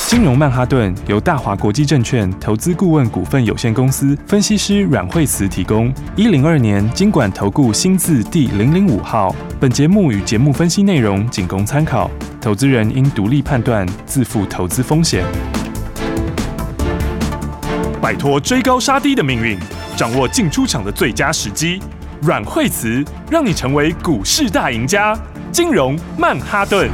金融曼哈顿由大华国际证券投资顾问股份有限公司分析师阮惠慈提供。102年金管投顾新字第005号。本节目与节目分析内容仅供参考，投资人应独立判断，自负投资风险。摆脱追高杀低的命运，掌握进出场的最佳时机。阮惠慈让你成为股市大赢家。金融曼哈顿。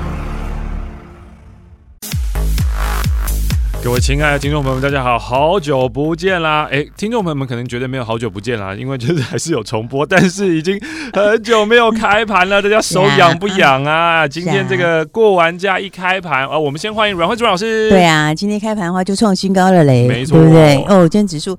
各位亲爱的听众朋友们，大家好，好久不见啦！听众朋友们可能觉得没有好久不见啦，因为就是还是有重播，但是已经很久没有开盘了，大家手痒不痒啊？今天这个过完假一开盘我们先欢迎阮惠慈老师。 对啊，今天开盘的话就创新高了嘞， 没错， 对不对？今天指数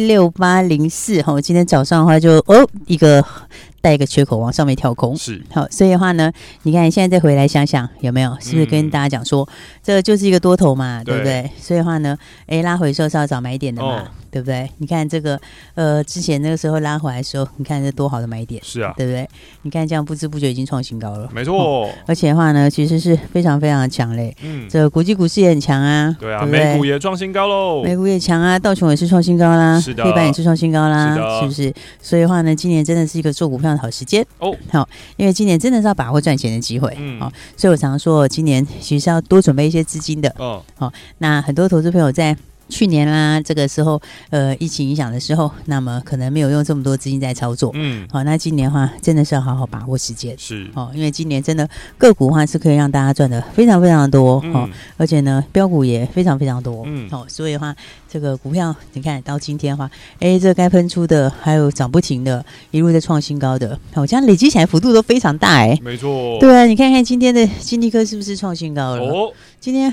16804，今天早上的话就一个带一个缺口往上面跳空， 是好，所以的话呢，你看现在再回来想想有没有，是不是跟大家讲说，这个就是一个多头嘛，对不对？所以的话呢，拉回的时候是要找买点的嘛，对不对？你看这个之前那个时候拉回来的时候，你看这多好的买点， 是啊， 对不对？你看这样不知不觉已经创新高了， 没错， 而且的话呢，其实是非常非常的强嘞，这个国际股市也很强啊， 对啊，美股也创新高喽， 美股也强啊，道琼也是创新高啦， 是的， 黑板也是创新高啦， 是不是？所以的话呢，今年真的是一个做股票的好时间好，因为今年真的是要把握赚钱的机会，所以我常说，今年其实要多准备一些资金的，那很多投资朋友在去年啦，这个时候疫情影响的时候，那么可能没有用这么多资金在操作，好，那今年的话真的是要好好把握时间， 是因为今年真的个股的话是可以让大家赚的非常非常多，而且呢标股也非常非常多，所以的话这个股票你看到今天的话，这该喷出的还有涨不停的，一路在创新高的，我这样累积起来幅度都非常大没错， 对啊，你看看今天的金立科是不是创新高了？今天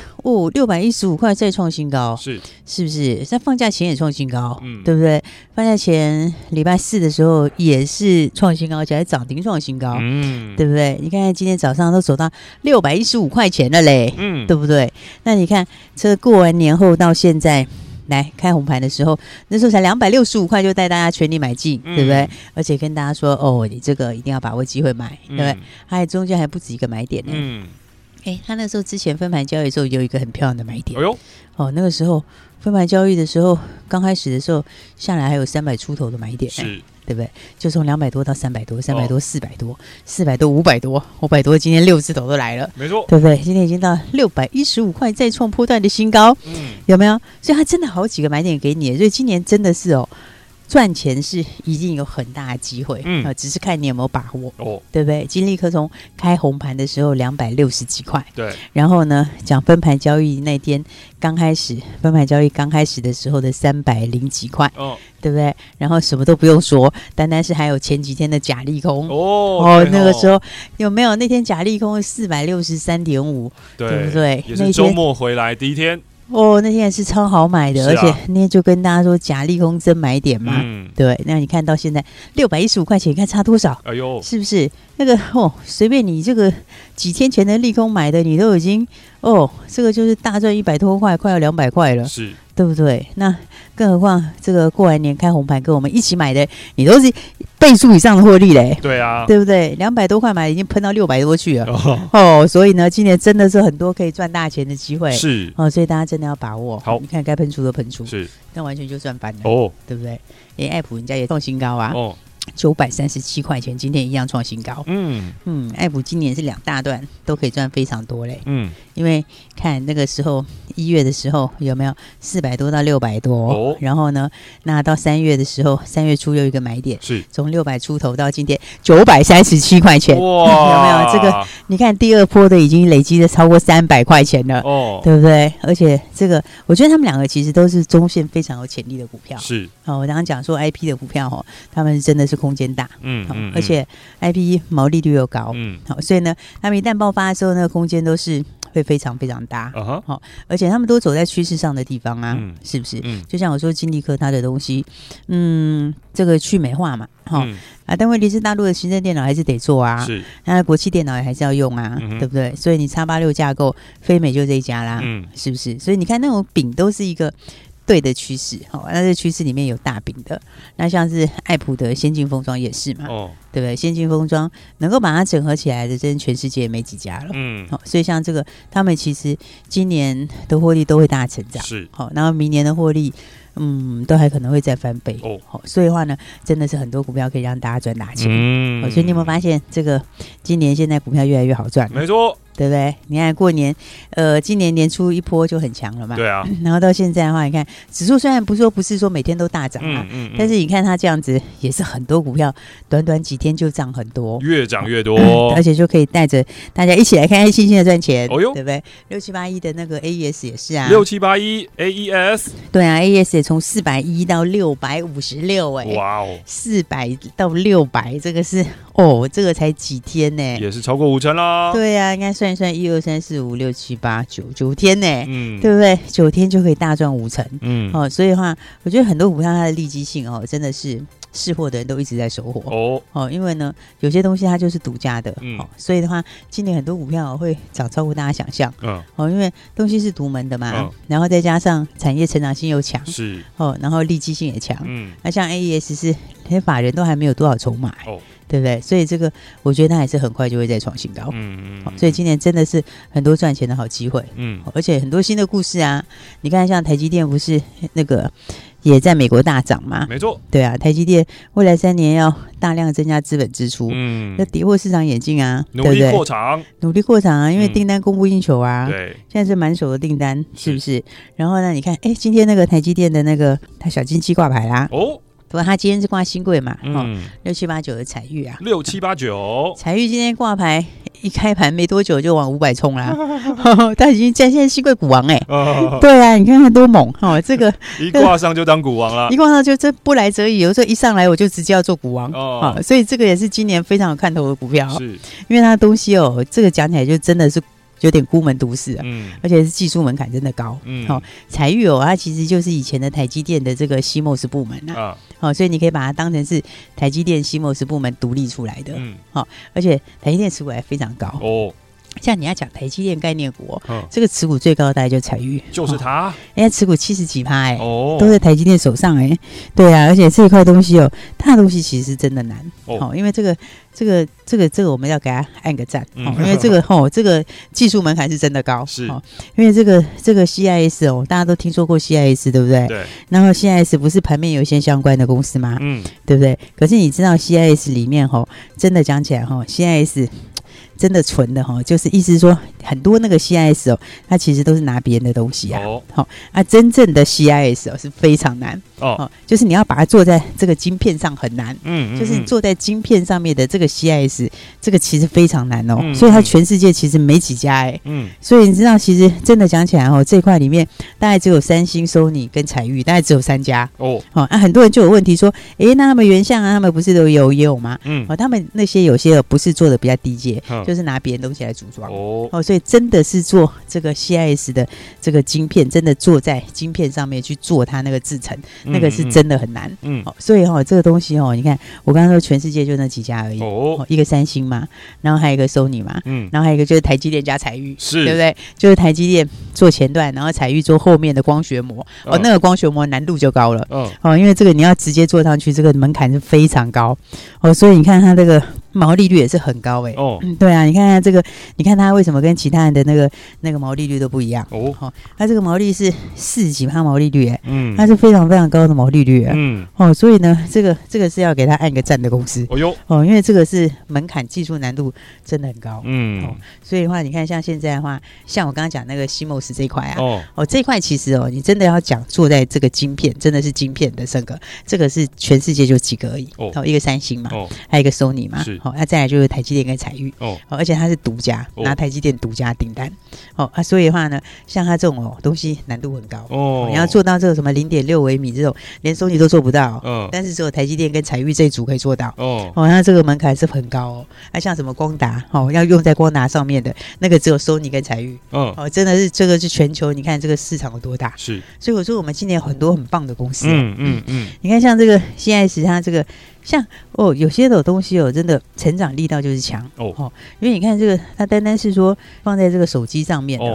615块再创新高，是不是？在放假前也创新高，对不对？放假前礼拜四的时候也是创新高，而且还涨停创新高，对不对？你看看今天早上都走到615块钱了嘞，对不对？那你看这过完年后到现在。来开红盘的时候，那时候才265块就带大家全力买进，对不对？而且跟大家说，你这个一定要把握机会买，对不对？还中间还不止一个买点呢。他那时候之前分盘交易的时候有一个很漂亮的买点，那个时候分盘交易的时候，刚开始的时候下来还有300出头的买点，是。对不对？就从200多到300多，300多400多，400多500多，500多，今天6字头都来了， 没错， 对不对？今天已经到615块，再创波段的新高，有没有？所以它真的好几个买点给你，所以今年真的是赚钱是一定有很大的机会，只是看你有没有把握，对不对？金立科从开红盘的时候260几块，对，然后呢，讲分盘交易那天分盘交易刚开始的时候的300几块，对不对？然后什么都不用说，单单是还有前几天的假利空，那个时候有没有？那天假利空463.5，对不对？ 也是周末回来第一天。 那天也是超好买的，而且那天就跟大家说假利空真买点嘛，对。那你看到现在615块钱，你看差多少？哎呦，是不是那个随便你这个几天前的利空买的，你都已经这个就是大赚100多块，快要200块了，是。对不对？那更何况这个过完年开红盘跟我们一起买的，你都是倍数以上的获利嘞。对啊，对不对？200多块买已经喷到600多去了所以呢，今年真的是很多可以赚大钱的机会。是所以大家真的要把握。好，你看该喷出的喷出，是，那完全就赚翻了对不对？爱普人家也创新高啊937块钱，今天一样创新高。爱普今年是2大段都可以赚非常多嘞。因为看那个时候1月的时候有没有400多到600多，然后呢，那到3月的时候，3月初又一个买点，是从600出头到今天937块钱，哇，有没有？这个你看第二波的已经累积了超过300块钱了，对不对？而且这个我觉得他们两个其实都是中线非常有潜力的股票。是我刚刚讲说 IP 的股票他们真的是空间大，而且 IP 毛利率又高，所以呢，他们一旦爆发的时候，那个空间都是会非常非常大，而且他们都走在趋势上的地方啊，是不是？就像我说金立科它的东西，这个去美化嘛，但问题是大陆的行政电脑还是得做啊，是，那国际电脑也还是要用啊，对不对？所以你X86架构，非美就这一家啦，是不是？所以你看那种饼都是一个对的趋势，那这趋势里面有大饼的，那像是爱普的先进封装也是嘛，对不对？先进封装能够把它整合起来的，真全世界没几家了，所以像这个他们其实今年的获利都会大成长， 是， 然后明年的获利。都还可能会再翻倍所以的话呢，真的是很多股票可以让大家赚大钱。所以你有没有发现，这个今年现在股票越来越好赚？ 没错， 对不对？你看过年，今年年初一波就很强了嘛。 对啊。 然后到现在的话，你看指数虽然不是说每天都大涨啊，但是你看它这样子，也是很多股票短短几天就涨很多， 越涨越多， 而且就可以带着大家一起来开开心心的赚钱。对不对？6781的那个 AES 也是啊 ，6781 AES， 对啊 ，AES 也从410到656， 哇哦 ，400到600，这个是这个才几天呢， 也是超过5成啦。 对啊，应该算一算，1、2、3、4、5、6、7、8、9天呢，对不对？9天就可以大赚5成，所以的话，我觉得很多股票它的利基性真的是识货的人都一直在收获因为呢，有些东西它就是独家的，所以的话，今年很多股票会涨超过大家想象，因为东西是独门的嘛，然后再加上产业成长性又强， 是然后利基性也强，那像 AES 是连法人都还没有多少筹码，对不对？所以这个我觉得它还是很快就会再创新高，所以今年真的是很多赚钱的好机会，而且很多新的故事啊，你看像台积电不是那个也在美国大涨嘛？ 没错， 对啊，台积电未来3年要大量增加资本支出，要跌破市场眼镜啊， 努力扩厂， 努力扩厂啊，因为订单供不应求啊， 对， 现在是满手的订单，是不是？然后呢，你看，今天那个台积电的那个它小金鸡挂牌啦，对吧？他今天是挂新贵嘛，6789的彩玉啊 ，6789 彩玉今天挂牌一开盘没多久就往500冲啦，他已经现在新贵股王对啊，你看他多猛这个一挂上就当股王了， 一挂上就这不来则已，有时候一上来我就直接要做股王所以这个也是今年非常有看头的股票，是因为它的东西这个讲起来就真的是有点孤门独市而且是技术门槛真的高彩玉它其实就是以前的台积电的这个 CMOS 部门所以你可以把它当成是台积电 CMOS 部门独立出来的而且台积电持股还非常高像你要讲台积电概念股这个持股最高的大概就彩玉， 就是它， 人家持股70几%都在台积电手上对啊，而且这一块东西它的东西其实是真的难因为这个我们要给它按个赞因为这个技术门槛是真的高， 是因为这个 CIS 大家都听说过 CIS 对不对？ 对。 然后 CIS 不是盘面有一些相关的公司吗？对不对？可是你知道 CIS 里面真的讲起来CIS。真的纯的就是意思是说很多那个 CIS 它其实都是拿别人的东西真正的 CIS 是非常难就是你要把它做在这个晶片上很难就是做在晶片上面的这个 CIS 这个其实非常难所以它全世界其实没几家所以你知道其实真的讲起来这一块里面大概只有三星、Sony 跟彩玉大概只有3家很多人就有问题说那他们原相他们不是都也有吗他们那些有些不是做的比较低阶就是拿别人东西来组装所以真的是做这个 CIS 的这个晶片，真的做在晶片上面去做它那个制程，那个是真的很难所以这个东西你看我刚刚说全世界就那几家而已一个三星嘛，然后还有一个 Sony 嘛然后还有一个就是台积电加彩玉，对不对？就是台积电做前段，然后彩玉做后面的光学膜那个光学膜难度就高了因为这个你要直接做上去，这个门槛是非常高所以你看它这个毛利率也是很高对啊，你看它这个，你看它为什么跟其他人的那个毛利率都不一样它这个毛利是40几%毛利率它是非常非常高的毛利率所以呢这个是要给它按个赞的公司因为这个是门槛技术难度真的很高所以的话你看像现在的话，像我刚刚讲那个 CMOS 这一块这一块其实你真的要讲做在这个晶片，真的是晶片的这个是全世界就几个而已一个三星嘛还有一个 Sony 嘛那再来就是台积电跟彩玉而且它是独家拿台积电独家订单所以的话呢，像它这种东西难度很高你要做到这个什么0.6微米这种，连 Sony 都做不到但是只有台积电跟彩玉这一组可以做到那这个门槛是很高那像什么光达要用在光达上面的那个只有 Sony 跟彩玉真的是这个是全球，你看这个市场有多大，是，所以我说我们今年有很多很棒的公司你看像这个 CIS 它这个像有些的东西真的成长力道就是强因为你看这个它单单是说放在这个手机上面的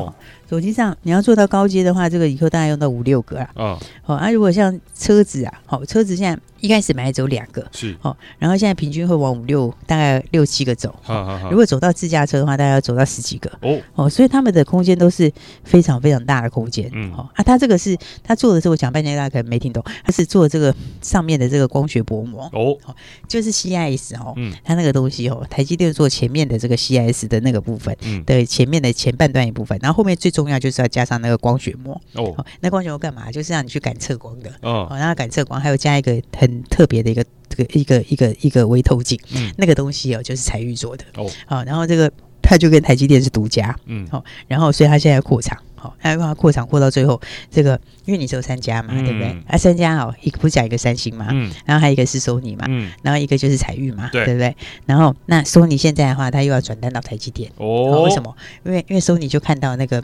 手机上你要做到高阶的话，这个以后大概用到5-6个啊。如果像车子啊，车子现在一开始买的只有2个， 是然后现在平均会往5-6，大概6-7个走。如果走到自驾车的话，大概要走到10几个。所以他们的空间都是非常非常大的空间。他这个是他做的是，我讲半天大家可能没听懂，他是做这个上面的这个光学薄膜。就是 CIS 它那个东西台积电做前面的这个 CIS 的那个部分的前面的前半段一部分，然后后面最重要就是要加上那个光学膜。那光学膜干嘛？就是让你去感测光的。然后感测光还有加一个很特别的一个微透镜，那个东西就是彩玉做的。然后这个它就跟台积电是独家。然后所以它现在扩厂。那它扩厂扩到最后，这个因为你只有3家嘛，对不对？3家一个不是讲一个三星嘛，然后还有一个是 Sony 嘛，然后一个就是彩玉嘛，对不对？然后那 Sony 现在的话，它又要转单到台积电。为什么？因为 Sony 就看到那个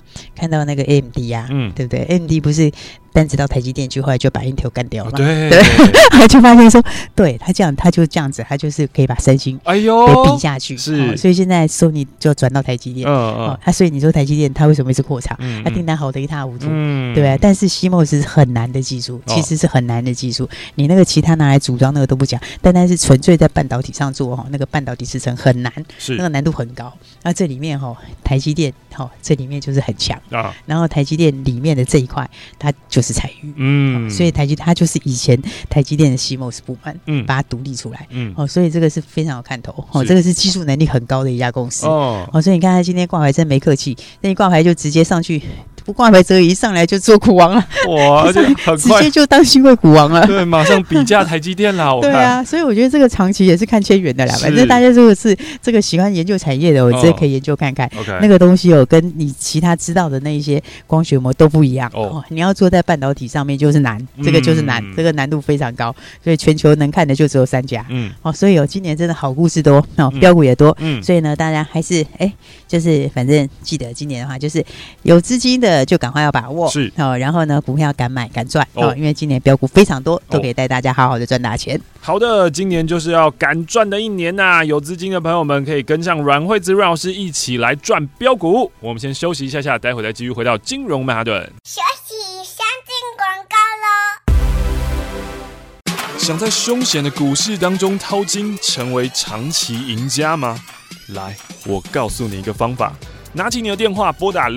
AMD 啊，对不对？AMD 不是单子到台积电去，后来就把 Intel 干掉了嘛，对，就发现说，对他就这样子，他就是可以把三星给比下去。是，所以现在 Sony 就转到台积电。所以你说台积电它为什么会是扩厂？它订单好的一塌糊涂，对不对？但是 CMOS 是很难的技术，其实是很难的技术。你那个其他拿来组装那个都不讲，但是纯粹在半导体上做那个半导体制程很难，那个难度很高。那这里面台积电这里面就是很强然后台积电里面的这一块，它就是彩玉。所以它就是以前台积电的 CMOS 部门，把它独立出来。所以这个是非常有看头。这个是技术能力很高的一家公司。所以你看他今天挂牌真没客气，那一挂牌就直接上去。不挂牌则一上来就做股王了，哇！而且很快直接就当新贵股王了， 对，马上比价台积电啦。 对啊，所以我觉得这个长期也是看千元的啦。反正大家如果是这个喜欢研究产业的，我直接可以研究看看。那个东西跟你其他知道的那一些光学膜都不一样。你要做在半导体上面就是难，这个就是难，这个难度非常高。所以全球能看的就只有3家。所以今年真的好故事多，标股也多。所以呢，大家还是就是反正记得今年的话，就是有资金的就赶快要把握，是然后呢，股票敢买敢赚因为今年标股非常多，都可以带大家好好的赚大钱。 好的，今年就是要敢赚的一年呐！有资金的朋友们可以跟上阮惠子阮老师一起来赚标股。我们先休息一下下，待会再继续回到金融曼哈顿。 休息，先进广告咯。 想在凶险的股市当中淘金，成为长期赢家吗？来，我告诉你一个方法。拿起你的电话，拨打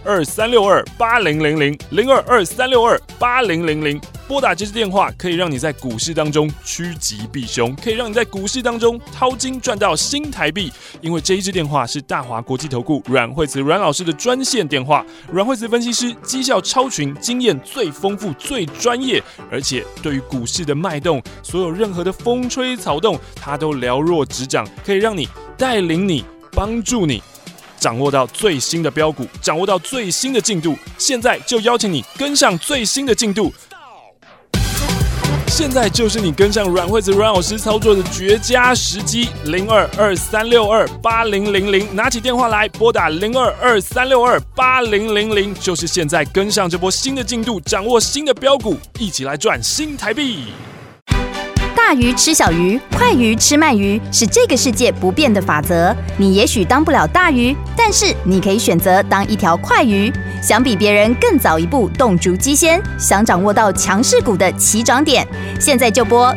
0223628000，0223628000，拨打这支电话可以让你在股市当中趋吉避凶，可以让你在股市当中淘金赚到新台币。因为这一支电话是大华国际投顾阮惠子阮老师的专线电话，阮惠子分析师绩效超群，经验最丰富、最专业，而且对于股市的脉动，所有任何的风吹草动，他都了若指掌，可以让你带领你、帮助你。掌握到最新的标股，掌握到最新的进度，现在就邀请你跟上最新的进度。现在就是你跟上阮惠子阮老师操作的绝佳时机，0223628000，拿起电话来拨打0223628000，就是现在跟上这波新的进度，掌握新的标股，一起来赚新台币。 大鱼吃小鱼，快鱼吃慢鱼，是这个世界不变的法则。你也许当不了大鱼，但是你可以选择当一条快鱼。想比别人更早一步动足机先，想掌握到强势股的起涨点，现在就拨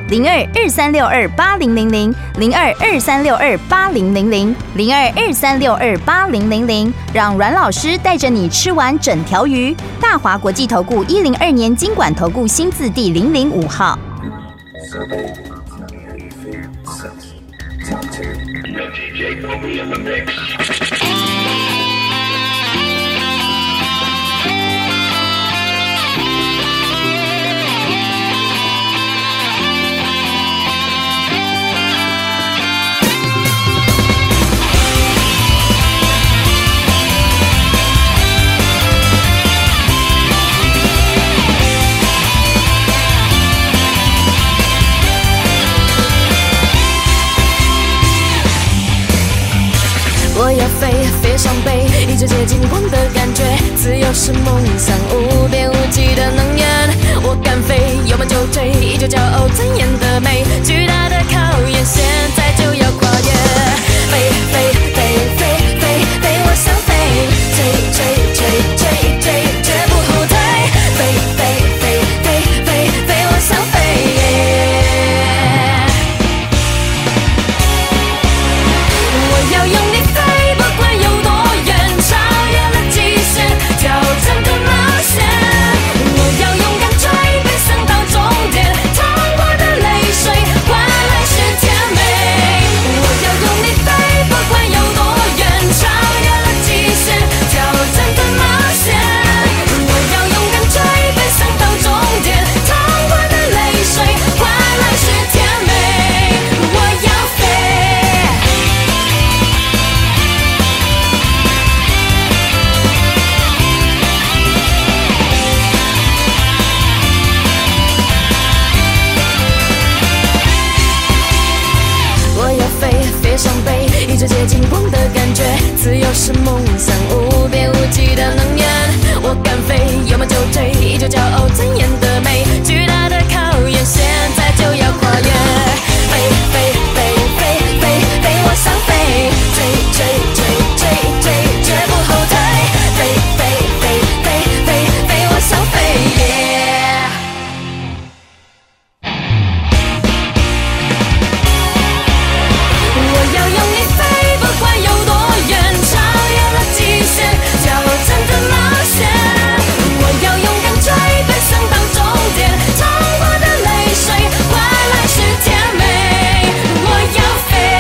0223628000，0223628000，0223628000，让阮老师带着你吃完整条鱼。大华国际投顾102年金管投顾新字第005号。 我要飞，飞上北，一直接近光的感觉，自由是梦想，无边无际的能源。我敢飞，有梦就追，依旧骄傲尊严的美，巨大的考验，现在就要跨越。飞飞飞飞飞飞，我想飞，追追追追。 有梦就追，依旧骄傲尊严的美，巨大的考验，现在就要跨越。飞飞飞飞飞飞往上飞，追追追追追，绝不后退。飞飞飞飞飞飞往上飞。我要用力飞，不管有多远，超越了极限，挑战的冒险。我要勇敢追，奔向到终点，淌过的泪水换来是甜美。我要飞。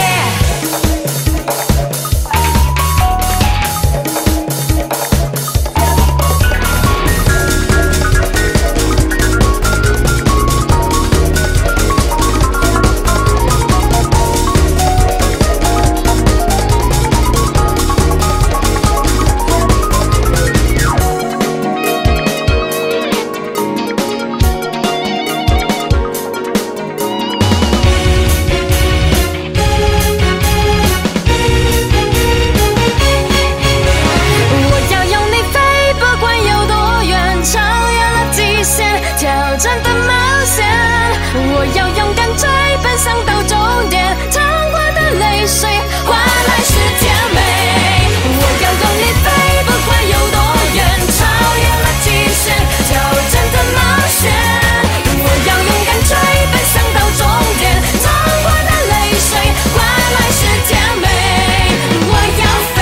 我要用力飞，不管有多远，超越了极限，挑战的冒险。我要勇敢追，奔向到终点，淌过的泪水换来是甜美。我要用力飞，不管有多远，超越了极限，挑战的冒险。我要勇敢追，奔向到终点，淌过的泪水换来是甜美。我要飞。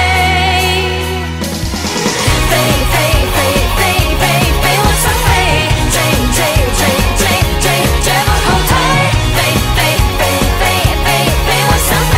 飞飞飞飞飞飞往上飞，追追追追追，绝不后退。飞飞飞飞飞飞往上飞，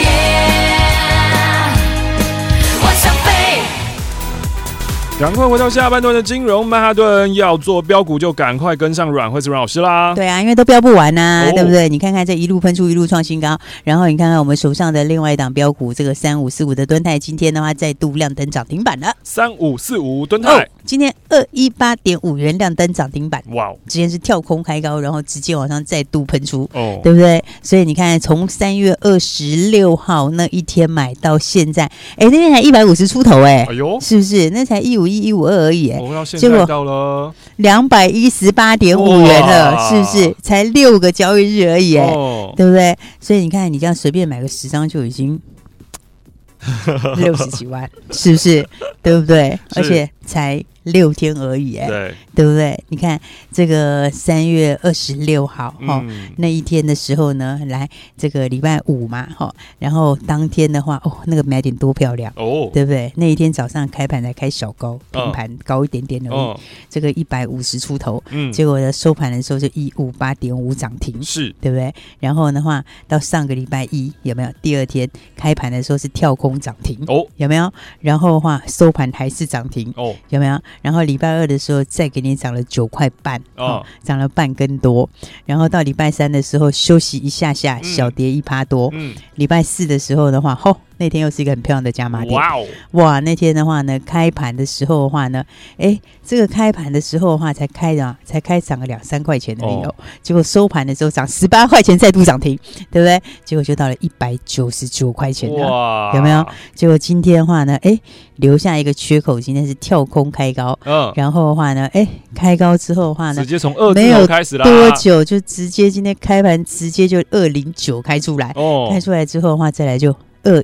往上飞。 赶快回到下半段的金融曼哈顿，要做标股就赶快跟上阮慧慈阮老师啦。 对啊，因为都标不完呐、对不对？你看看这一路喷出，一路创新高，然后你看看我们手上的另外一档标股，这个3545的敦泰，今天的话再度亮灯涨停板了。 3545敦泰， 今天218.5元亮灯涨停板， 哇， 之前是跳空开高，然后直接往上再度喷出，对不对？所以你看，从3月26号那一天买到现在，那天才150出头，哎呦，是不是？那才151、152而已， 结果到了 218.5元了，是不是？才6个交易日而已，对不对？所以你看，你这样随便买个10张就已经60几万，是不是？对不对？而且才6天而已，对不对？你看这个3月26号那一天的时候呢，来这个礼拜五嘛，然后当天的话，那个买点多漂亮对不对？那一天早上开盘才开小高，平盘高一点点而已，这个150出头，结果呢收盘的时候就158.5涨停，是对不对？然后的话，到上个礼拜一有没有？第二天开盘的时候是跳空涨停有没有？然后的话收盘还是涨停有没有？然后礼拜二的时候再给你涨了9块半涨了半根多，然后到礼拜三的时候休息一下下，小跌1%多，礼拜四的时候的话，那天又是一个很漂亮的加码点，哇！那天的话呢，开盘的时候的话呢，这个开盘的时候的话才开涨个2-3块钱而已结果收盘的时候涨18块钱，再度涨停，对不对？结果就到了199块钱了，有没有？结果今天的话呢，留下一个缺口，今天是跳空开高，然后的话呢，开高之后的话呢， 直接从2字头开始啦， 没有多久就直接今天开盘直接就209开出来，开出来之后的话，再来就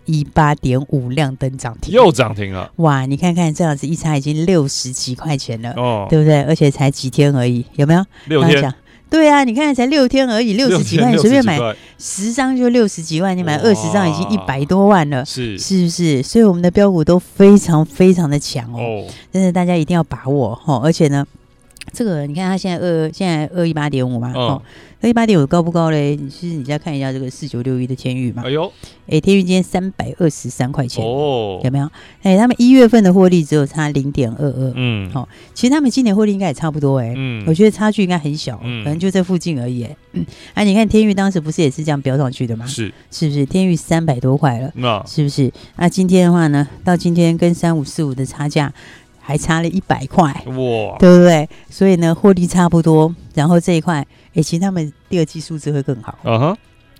218.5亮灯涨停， 又涨停了， 哇！你看看这样子一差已经60几块钱了，对不对？而且才几天而已，有没有 ？6天。 对啊，你看才6天而已，60几万，你随便买10张就60几万，你买20张已经100多万了，是不是？所以我们的标股都非常非常的强真的大家一定要把握而且呢，这个你看它现在218.5嘛，218.5高不高嘞？其实你再看一下这个4961的天钰嘛，天钰今天323块钱有没有？他们1月份的获利只有差0.22，其实他们今年获利应该也差不多我觉得差距应该很小，可能就在附近而已你看天钰当时不是也是这样飙上去的吗？是不是？天钰300多块了，是不是？那今天的话呢，到今天跟3545的差价还差了100块，哇，对不对？所以呢，获利差不多，然后这一块，其实他们第二季数字会更好，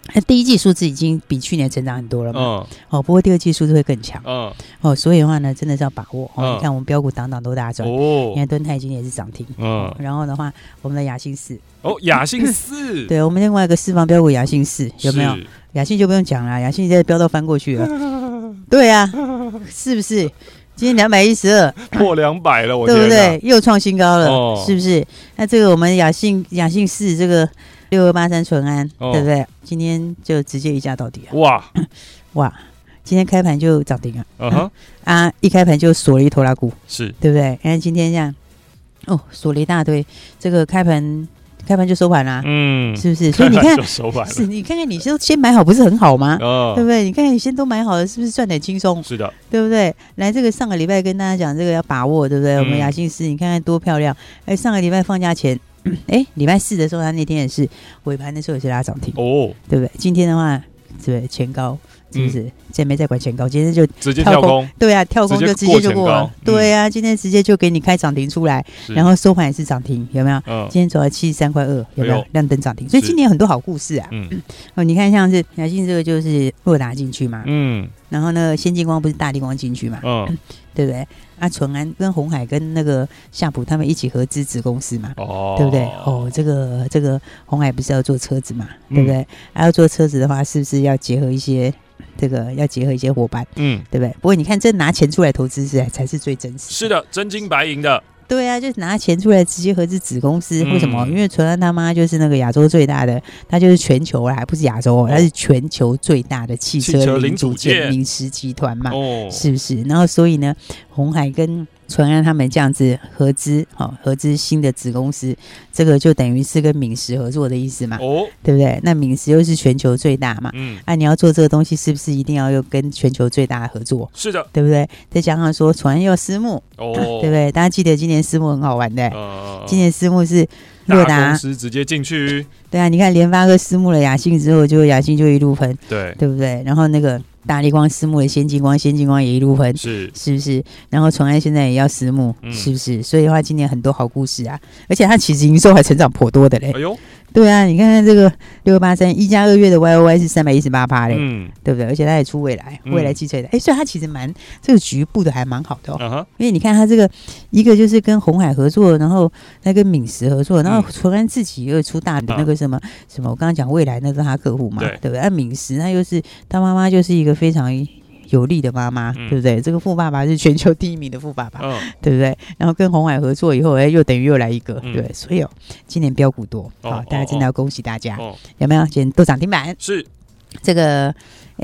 那第一季数字已经比去年成长很多了嘛，不过第二季数字会更强，所以的话呢，真的是要把握。你看我们标股档档都大赚，你看敦泰今天也是涨停，然后的话，我们的雅信4， 雅信4， 对，我们另外一个4房标股雅信4有没有？雅信就不用讲了，雅信现在飙到翻过去了，对啊，是不是？今天212 破200了，我对不对？又创新高了，是不是？那这个我们雅信4这个6283淳安，对不对？今天就直接一价到底了，哇！今天开盘就涨停了，一开盘就锁了一头拉股， 是对不对？看今天这样，锁了一大堆，这个开盘就收盘啦，是不是？所以你看，是你看看你先买好，不是很好吗？对不对？你看看你先都买好了，是不是赚点轻松？ 是的， 对不对？来，这个上个礼拜跟大家讲这个要把握，对不对？我们雅信4，你看看多漂亮！上个礼拜放假前，礼拜4的时候，他那天也是尾盘的时候也是拉涨停，对不对？今天的话，对不对？前高。是不是？这没在管前高，今天就直接跳空， 对啊，跳空就直接就过了，对啊，今天直接就给你开涨停出来，然后收盘也是涨停，有没有？今天走到73.2，有没有？亮灯涨停，所以今年很多好故事啊。你看像是雅信这个就是洛达进去嘛，然后呢，先进光不是大立光进去嘛，对不对？淳安跟鸿海跟那个夏普他们一起合资子公司嘛，对不对？这个鸿海不是要做车子嘛，对不对？要做车子的话，是不是要结合一些？这个要结合一些伙伴，对不对？不过你看，这拿钱出来投资才是最真实， 是的，真金白银的。 对啊，就是拿钱出来直接合资子公司，为什么？因为淳安他妈就是那个亚洲最大的，他就是全球啦，还不是亚洲，他是全球最大的汽车零组件零食集团嘛，是不是？然后所以呢，鸿海跟淳安他们这样子合资新的子公司，这个就等于是跟敏实合作的意思嘛，对不对？那敏实又是全球最大嘛，你要做这个东西，是不是一定要又跟全球最大的合作？ 是的， 对不对？再加上说淳安又私募，对不对？大家记得今年私募很好玩的，今年私募是洛达公司直接进去， 对啊，你看联发科私募了雅信之后，就雅信就一路喷，对不对？然后那个大立光私募了先进光也一路喷，是不是？然后淳安现在也要私募，是不是？所以的话，今年很多好故事啊，而且它其实营收还成长颇多的嘞。哎呦，对啊，你看看这个6283 1加2月的 YOY 是318%嘞，对不对？而且它也出未来汽车的，所以它其实这个局部的还蛮好的因为你看它这个一个就是跟鸿海合作，然后再跟敏实合作，然后淳安自己又出大的那个什么，我刚刚讲未来那是他客户嘛，对不对？敏实他又是他妈妈就是一个非常有力的妈妈，对不对？这个富爸爸是全球第1名的富爸爸，对不对？然后跟鸿海合作以后，又等于又来一个，对，所以今年标股多，好，大家真的要恭喜大家，有没有？今天都涨停板， 是这个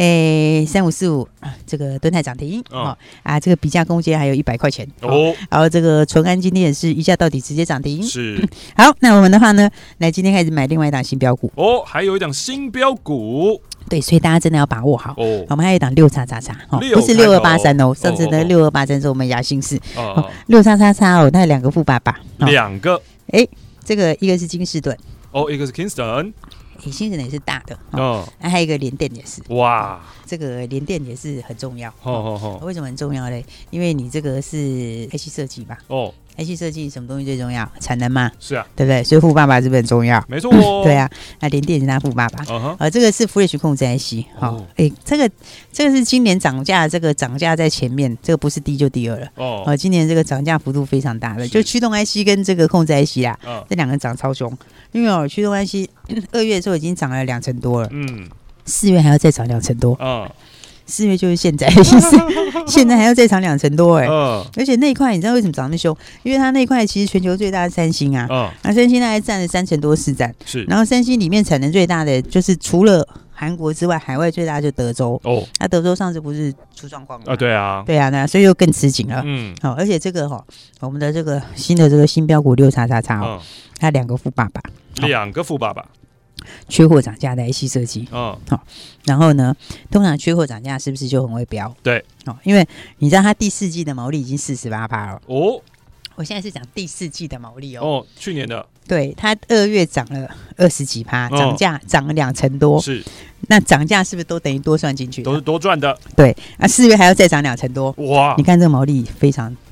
3545这个敦泰涨停这个比价空间还有100块钱然后这个淳安今天也是一价到底直接涨停， 是好，那我们的话呢，来今天开始买另外一档新标股还有一档新标股。 对，所以大家真的要把握好。我们还有一档6XXX不是6283上次的6283是我们雅信4 6XXX它有2个富爸爸 ，2个这个一个是金士顿一个是 Kingston， 新人也是大的还有一个联电也是，哇，这个联电也是很重要为什么很重要嘞？因为你这个是 IC 设计嘛IC 设计什么东西最重要？产能嘛， 是啊， 对不对？所以富爸爸是不是很重要？ 没错对啊，那联电是他富爸爸这个是 Flash 控制 IC 这个是今年涨价，这个涨价在前面，这个不是第一就第二了今年这个涨价幅度非常大的，就驱动 IC 跟这个控制 IC 啦这两个涨超凶，因为驱动 IC 2月的时候已经涨了2%多了4月还要再涨2%多4月就是现在的意思现在还要再涨2%多而且那一块你知道为什么涨那么凶？因为它那一块其实全球最大的三星那三星大概占了3%多市占，是，然后三星里面产能最大的就是除了韩国之外，海外最大就德州那德州上次不是出状况吗？ 对啊， 那所以又更吃紧了而且这个我们的这个新的这个新标股6XXX它2个富爸爸 ，2个富爸爸。 缺货涨价的 IC 设计然后呢，通常缺货涨价是不是就很会飙？对因为你知道它第4季的毛利已经48%了我现在是讲第4季的毛利去年的， 对，它2月涨了20几%，涨价涨了2%多， 是， 那涨价是不是都等于多算进去？ 都是多赚的， 对，4月还要再涨2%多，哇！你看这个毛利非常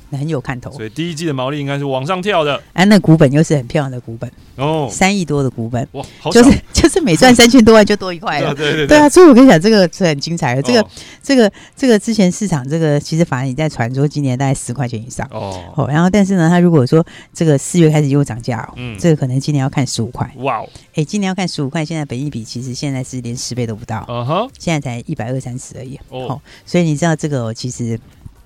很有看头。 所以第一季的毛利应该是往上跳的。 那股本又是很漂亮的股本哦，3亿多的股本， 哇，好少， 就是每赚3000多万就多1块了。对啊，所以我跟你讲，这个是很精彩的。这个之前市场这个其实反而你在传说今年大概10块钱以上哦，然后但是呢，他如果说这个4月开始又涨价这个可能今年要看15块。哇哦，今年要看15块，现在本益比其实现在是连10倍都不到，现在才120-130而已。哦，所以你知道这个其实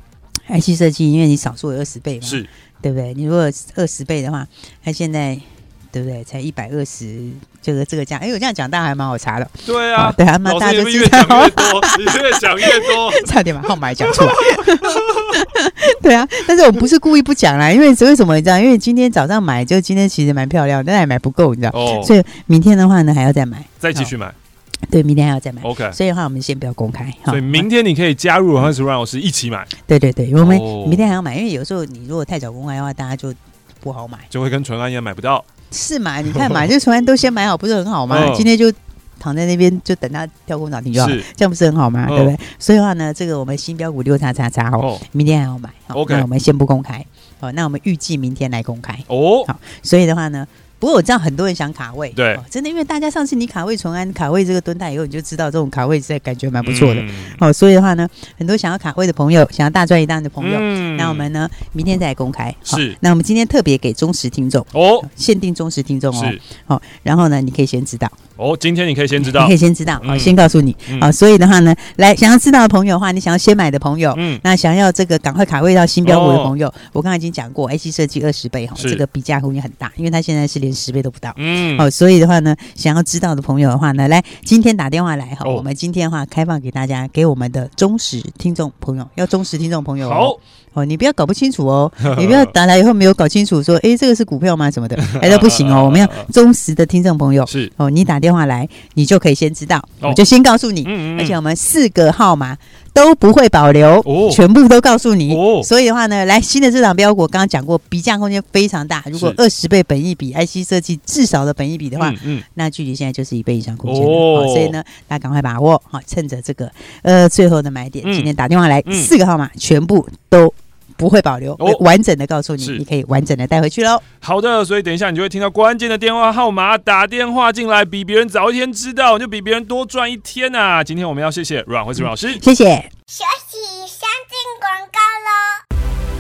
IC 设计，因为你少数有20倍嘛，是，对不对？你如果20倍的话，它现在对不对？才120，这个价，我这样讲大家还蛮好查的。 对啊， 对啊，那大家就越讲越多，你越讲越多， 差点把号码讲出来。对啊，但是我不是故意不讲啦，因为为什么你知道？因为今天早上买，就今天其实蛮漂亮，但还买不够，你知道？所以明天的话呢，还要再买， 再继续买。 对，明天还要再买。 OK， 所以的话，我们先不要公开。 所以明天你可以加入和阮老师一起买。 对对对，我们明天还要买，因为有时候你如果太早公开的话，大家就不好买， 就会跟纯安一样买不到。 是嘛？你看嘛，就纯安都先买好，不是很好吗？今天就躺在那边，就等它跳空涨停就好，这样不是很好吗？对不对？所以的话呢，这个我们新标股6XXX哦，明天还要买。OK， 那我们先不公开。那我们预计明天来公开。哦，好，所以的话呢。不过我知道很多人想卡位，对，真的，因为大家上次你卡位纯安、卡位这个敦泰以后，你就知道这种卡位在感觉蛮不错的，所以的话呢，很多想要卡位的朋友，想要大赚一大的朋友，那我们呢明天再来公开，是，那我们今天特别给忠实听众哦，限定忠实听众哦，是，好，然后呢你可以先知道哦，今天你可以先知道， 你可以先知道，好，先告诉你，好，所以的话呢，来想要知道的朋友的话，你想要先买的朋友，那想要这个赶快卡位到新标股的朋友，我刚才已经讲过 ，IC 设计20倍哈，这个比价空间很大，因为它现在是连10倍都不到。所以的话呢，想要知道的朋友的话呢，来今天打电话来哈，我们今天的话开放给大家，给我们的忠实听众朋友，要忠实听众朋友哦，你不要搞不清楚哦，你不要打来以后没有搞清楚说，这个是股票吗什么的，都不行哦，我们要忠实的听众朋友是哦，你打电话来，你就可以先知道，我就先告诉你，而且我们4个号码都不会保留，全部都告诉你。所以的话呢，来新的这档标股，刚刚讲过，比价空间非常大。如果20倍本益比 IC 设计至少的本益比的话，那距离现在就是1倍以上空间了。所以呢，大家赶快把握，趁着这个最后的买点，今天打电话来4个号码，全部都不会保留，完整的告诉你，你可以完整的带回去喽。 好的，所以等一下你就会听到关键的电话号码，打电话进来，比别人早一天知道，就比别人多赚1天啊！今天我们要谢谢阮惠芝老师， 谢谢。 休息，相进广告喽。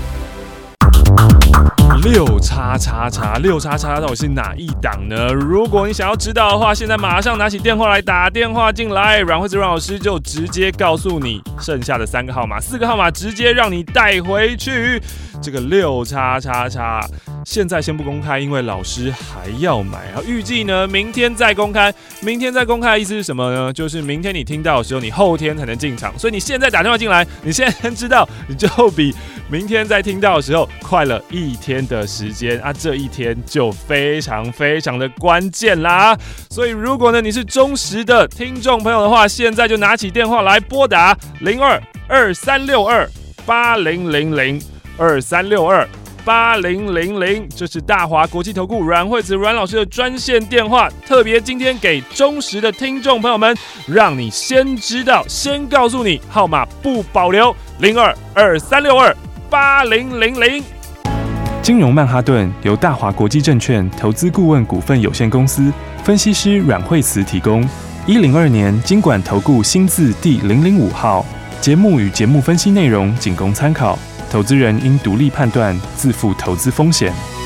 6XXX到底是哪一档呢？如果你想要知道的话，现在马上拿起电话来打电话进来，阮惠芝阮老师就直接告诉你剩下的3个号码，4个号码直接让你带回去。这个6XXX现在先不公开，因为老师还要买啊。预计呢，明天再公开。明天再公开的意思是什么呢？就是明天你听到的时候，你后天才能进场。所以你现在打电话进来，你现在知道，你就比明天再听到的时候快了1天的时间啊！这1天就非常非常的关键啦。所以如果呢你是忠实的听众朋友的话，现在就拿起电话来拨打02-2362-8000。2362-8000，这是大华国际投顾阮惠子阮老师的专线电话，特别今天给忠实的听众朋友们，让你先知道，先告诉你，号码不保留，02-2362-8000。金融曼哈顿由大华国际证券投资顾问股份有限公司分析师阮惠慈提供。102年金管投顾新字第005号。节目与节目分析内容仅供参考。投资人应独立判断，自负投资风险。